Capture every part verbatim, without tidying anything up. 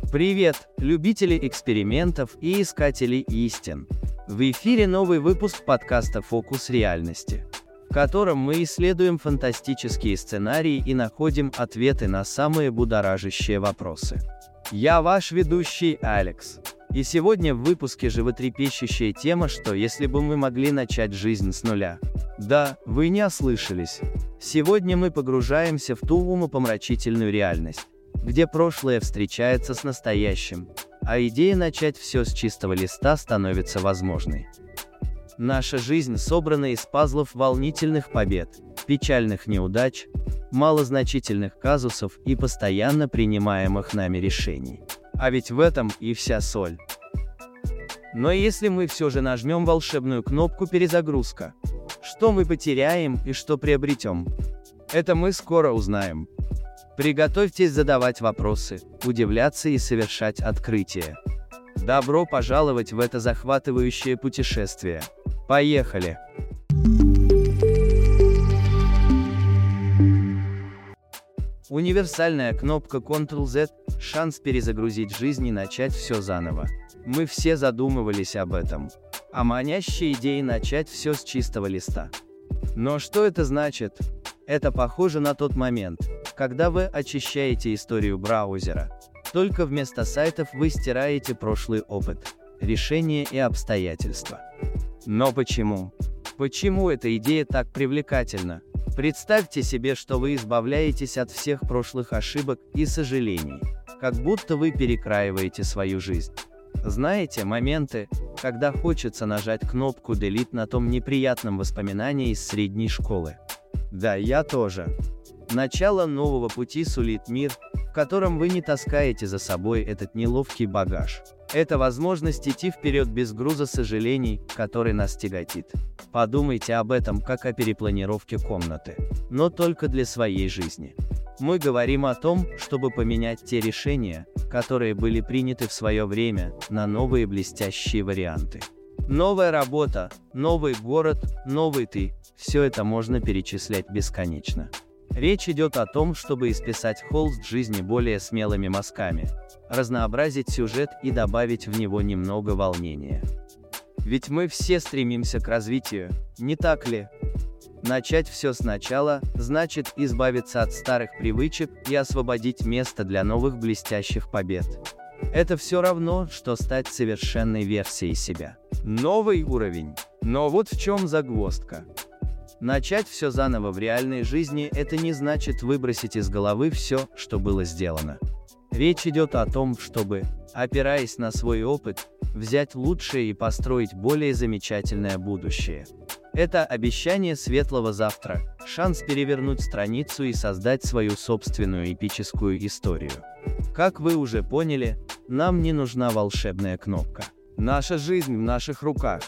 Привет, любители экспериментов и искатели истин! В эфире новый выпуск подкаста «Фокус реальности», в котором мы исследуем фантастические сценарии и находим ответы на самые будоражащие вопросы. Я ваш ведущий Алекс. И сегодня в выпуске животрепещущая тема, что если бы мы могли начать жизнь с нуля. Да, вы не ослышались. Сегодня мы погружаемся в ту умопомрачительную реальность, где прошлое встречается с настоящим, а идея начать все с чистого листа становится возможной. Наша жизнь собрана из пазлов волнительных побед, печальных неудач, малозначительных казусов и постоянно принимаемых нами решений. А ведь в этом и вся соль. Но если мы все же нажмем волшебную кнопку «Перезагрузка», что мы потеряем и что приобретем? Это мы скоро узнаем. Приготовьтесь задавать вопросы, удивляться и совершать открытия. Добро пожаловать в это захватывающее путешествие. Поехали! Универсальная кнопка контрол зет – шанс перезагрузить жизнь и начать все заново. Мы все задумывались об этом. О манящей идее начать все с чистого листа. Но что это значит? Это похоже на тот момент, когда вы очищаете историю браузера. Только вместо сайтов вы стираете прошлый опыт, решения и обстоятельства. Но почему? Почему эта идея так привлекательна? Представьте себе, что вы избавляетесь от всех прошлых ошибок и сожалений, как будто вы перекраиваете свою жизнь. Знаете, моменты, когда хочется нажать кнопку «Delete» на том неприятном воспоминании из средней школы. Да, я тоже. Начало нового пути сулит мир, в котором вы не таскаете за собой этот неловкий багаж. Это возможность идти вперед без груза сожалений, который нас тяготит. Подумайте об этом как о перепланировке комнаты. Но только для своей жизни. Мы говорим о том, чтобы поменять те решения, которые были приняты в свое время, на новые блестящие варианты. Новая работа, новый город, новый ты – все это можно перечислять бесконечно. Речь идет о том, чтобы исписать холст жизни более смелыми мазками, разнообразить сюжет и добавить в него немного волнения. Ведь мы все стремимся к развитию, не так ли? Начать все сначала – значит избавиться от старых привычек и освободить место для новых блестящих побед. Это все равно, что стать совершенной версией себя. Новый уровень. Но вот в чем загвоздка. Начать все заново в реальной жизни – это не значит выбросить из головы все, что было сделано. Речь идет о том, чтобы, опираясь на свой опыт, взять лучшее и построить более замечательное будущее. Это обещание светлого завтра, шанс перевернуть страницу и создать свою собственную эпическую историю. Как вы уже поняли, нам не нужна волшебная кнопка. Наша жизнь в наших руках.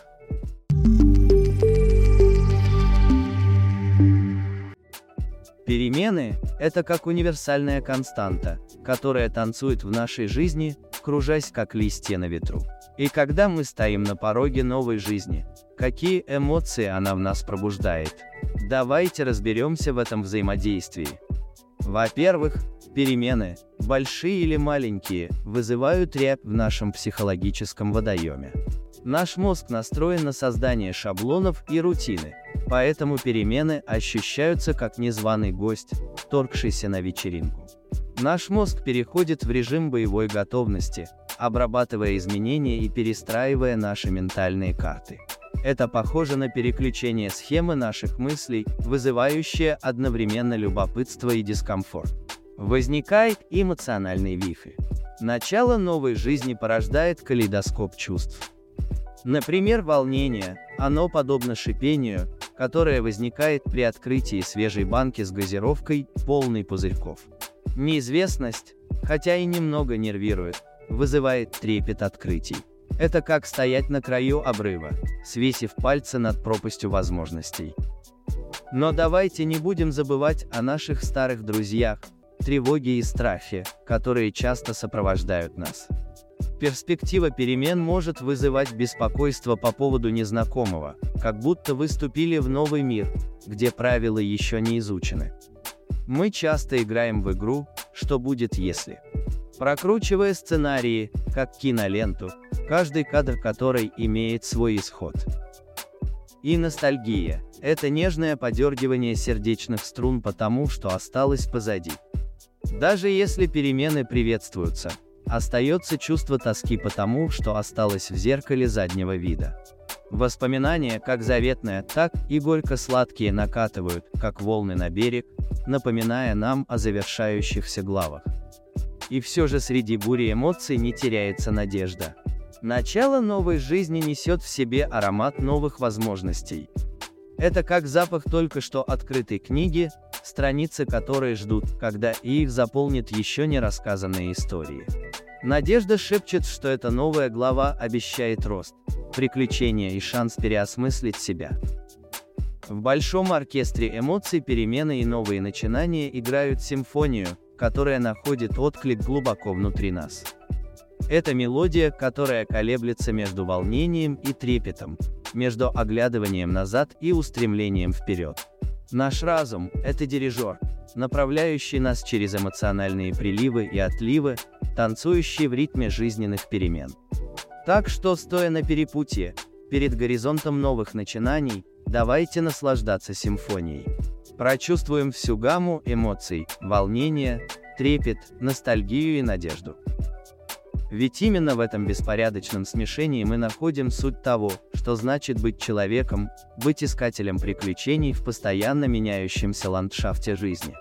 Перемены – это как универсальная константа, которая танцует в нашей жизни, кружась как листья на ветру. И когда мы стоим на пороге новой жизни, какие эмоции она в нас пробуждает? Давайте разберемся в этом взаимодействии. Во-первых, перемены, большие или маленькие, вызывают рябь в нашем психологическом водоеме. Наш мозг настроен на создание шаблонов и рутины, поэтому перемены ощущаются как незваный гость, вторгшийся на вечеринку. Наш мозг переходит в режим боевой готовности, обрабатывая изменения и перестраивая наши ментальные карты. Это похоже на переключение схемы наших мыслей, вызывающее одновременно любопытство и дискомфорт. Возникает эмоциональный вихрь. Начало новой жизни порождает калейдоскоп чувств. Например, волнение, оно подобно шипению, которое возникает при открытии свежей банки с газировкой, полной пузырьков. Неизвестность, хотя и немного нервирует, вызывает трепет открытий. Это как стоять на краю обрыва, свесив пальцы над пропастью возможностей. Но давайте не будем забывать о наших старых друзьях, тревоге и страхе, которые часто сопровождают нас. Перспектива перемен может вызывать беспокойство по поводу незнакомого, как будто вы вступили в новый мир, где правила еще не изучены. Мы часто играем в игру «Что будет если?». прокручивая сценарии, как киноленту, каждый кадр которой имеет свой исход. И ностальгия – это нежное подергивание сердечных струн по тому, что осталось позади. Даже если перемены приветствуются, остается чувство тоски по тому, что осталось в зеркале заднего вида. Воспоминания, как заветные, так и горько-сладкие, накатывают, как волны на берег, напоминая нам о завершающихся главах. И все же среди бури эмоций не теряется надежда. Начало новой жизни несет в себе аромат новых возможностей. Это как запах только что открытой книги, страницы которой ждут, когда их заполнит еще не рассказанные истории. Надежда шепчет, что эта новая глава обещает рост, приключения и шанс переосмыслить себя. В большом оркестре эмоций перемены и новые начинания играют симфонию, которая находит отклик глубоко внутри нас. Это мелодия, которая колеблется между волнением и трепетом, между оглядыванием назад и устремлением вперед. Наш разум – это дирижер, направляющий нас через эмоциональные приливы и отливы, танцующий в ритме жизненных перемен. Так что, стоя на перепутье, перед горизонтом новых начинаний, давайте наслаждаться симфонией. Прочувствуем всю гамму эмоций, волнение, трепет, ностальгию и надежду. Ведь именно в этом беспорядочном смешении мы находим суть того, что значит быть человеком, быть искателем приключений в постоянно меняющемся ландшафте жизни.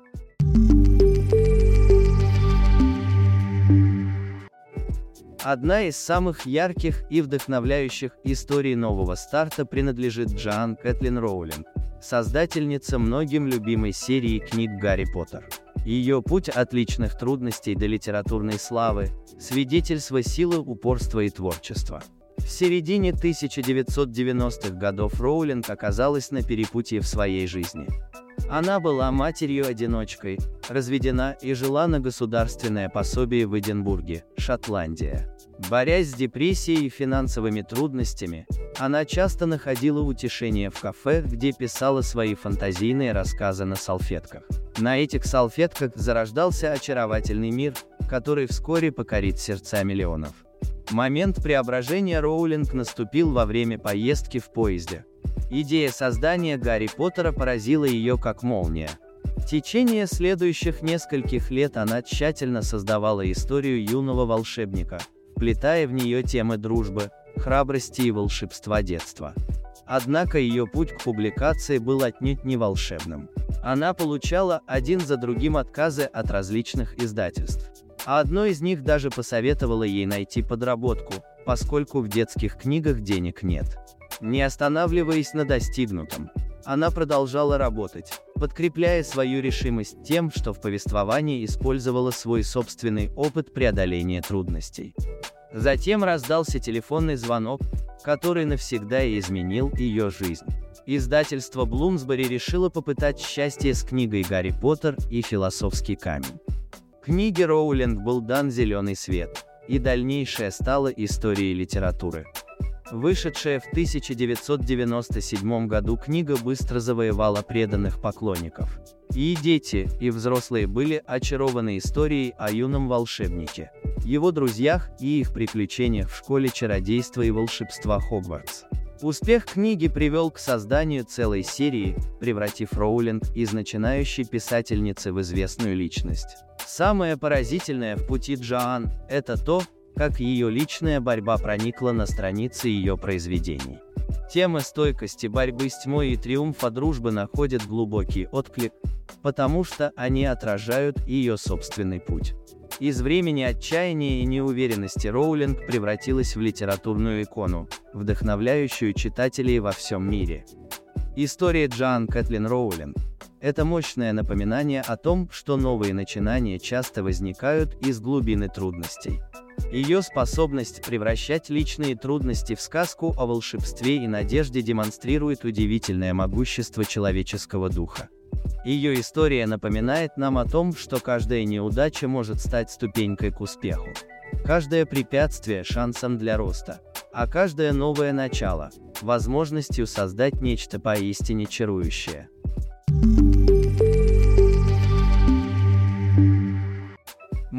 Одна из самых ярких и вдохновляющих историй нового старта принадлежит Джоан Кэтлин Роулинг, создательнице многим любимой серии книг «Гарри Поттер». Ее путь от личных трудностей до литературной славы – свидетельство силы, упорства и творчества. В середине тысяча девятьсот девяностых годов Роулинг оказалась на перепутье в своей жизни. Она была матерью-одиночкой, разведена и жила на государственное пособие в Эдинбурге, Шотландия. Борясь с депрессией и финансовыми трудностями, она часто находила утешение в кафе, где писала свои фантазийные рассказы на салфетках. На этих салфетках зарождался очаровательный мир, который вскоре покорит сердца миллионов. Момент преображения Роулинг наступил во время поездки в поезде. Идея создания Гарри Поттера поразила ее как молния. В течение следующих нескольких лет она тщательно создавала историю юного волшебника, вплетая в нее темы дружбы, храбрости и волшебства детства. Однако ее путь к публикации был отнюдь не волшебным. Она получала один за другим отказы от различных издательств. А одно из них даже посоветовало ей найти подработку, поскольку в детских книгах денег нет. Не останавливаясь на достигнутом, она продолжала работать, подкрепляя свою решимость тем, что в повествовании использовала свой собственный опыт преодоления трудностей. Затем раздался телефонный звонок, который навсегда изменил ее жизнь. Издательство Блумсбери решило попытать счастье с книгой «Гарри Поттер и философский камень». Книге Роулинг был дан зеленый свет, и дальнейшее стало историей литературы. Вышедшая в тысяча девятьсот девяносто седьмом году книга быстро завоевала преданных поклонников. И дети, и взрослые были очарованы историей о юном волшебнике, его друзьях и их приключениях в школе чародейства и волшебства Хогвартс. Успех книги привел к созданию целой серии, превратив Роулинг из начинающей писательницы в известную личность. Самое поразительное в пути Джоан – это то, как ее личная борьба проникла на страницы ее произведений. Темы стойкости, борьбы с тьмой и триумфа дружбы находят глубокий отклик, потому что они отражают ее собственный путь. Из времени отчаяния и неуверенности Роулинг превратилась в литературную икону, вдохновляющую читателей во всем мире. История Джоан Кэтлин Роулинг – это мощное напоминание о том, что новые начинания часто возникают из глубины трудностей. Ее способность превращать личные трудности в сказку о волшебстве и надежде демонстрирует удивительное могущество человеческого духа. Ее история напоминает нам о том, что каждая неудача может стать ступенькой к успеху. Каждое препятствие – шансом для роста, а каждое новое начало – возможностью создать нечто поистине чарующее.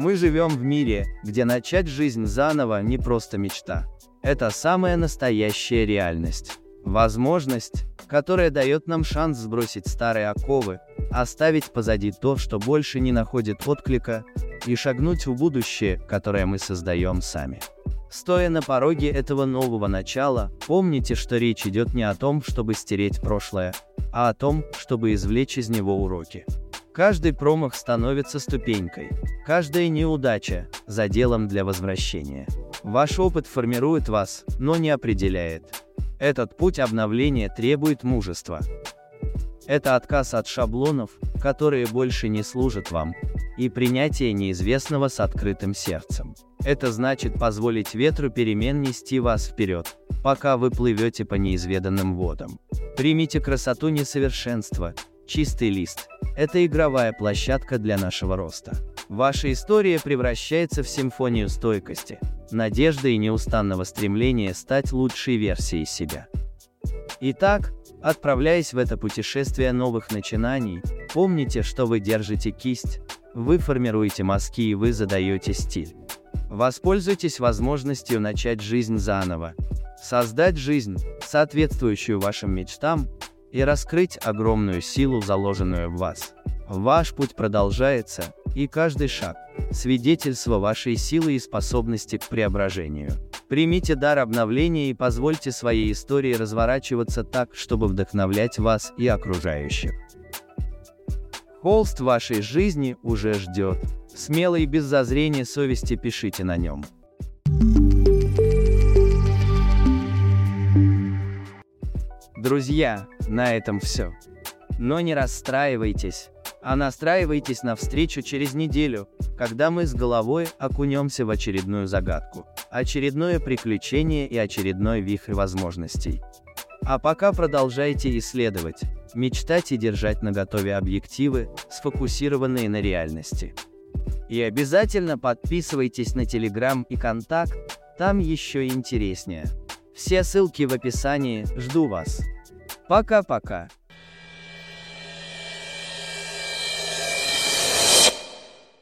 Мы живем в мире, где начать жизнь заново не просто мечта. Это самая настоящая реальность. Возможность, которая дает нам шанс сбросить старые оковы, оставить позади то, что больше не находит отклика, и шагнуть в будущее, которое мы создаем сами. Стоя на пороге этого нового начала, помните, что речь идет не о том, чтобы стереть прошлое, а о том, чтобы извлечь из него уроки. Каждый промах становится ступенькой, каждая неудача – заделом для возвращения. Ваш опыт формирует вас, но не определяет. Этот путь обновления требует мужества. Это отказ от шаблонов, которые больше не служат вам, и принятие неизвестного с открытым сердцем. Это значит позволить ветру перемен нести вас вперед, пока вы плывете по неизведанным водам. Примите красоту несовершенства. Чистый лист – это игровая площадка для нашего роста. Ваша история превращается в симфонию стойкости, надежды и неустанного стремления стать лучшей версией себя. Итак, отправляясь в это путешествие новых начинаний, помните, что вы держите кисть, вы формируете мазки и вы задаете стиль. Воспользуйтесь возможностью начать жизнь заново, создать жизнь, соответствующую вашим мечтам, и раскрыть огромную силу, заложенную в вас. Ваш путь продолжается, и каждый шаг – свидетельство вашей силы и способности к преображению. Примите дар обновления и позвольте своей истории разворачиваться так, чтобы вдохновлять вас и окружающих. Холст вашей жизни уже ждет. Смело и без зазрения совести пишите на нем. Друзья, на этом все. Но не расстраивайтесь, а настраивайтесь на встречу через неделю, когда мы с головой окунемся в очередную загадку, очередное приключение и очередной вихрь возможностей. А пока продолжайте исследовать, мечтать и держать наготове объективы, сфокусированные на реальности. И обязательно подписывайтесь на Telegram и Контакт, там еще интереснее. Все ссылки в описании, жду вас. Пока-пока.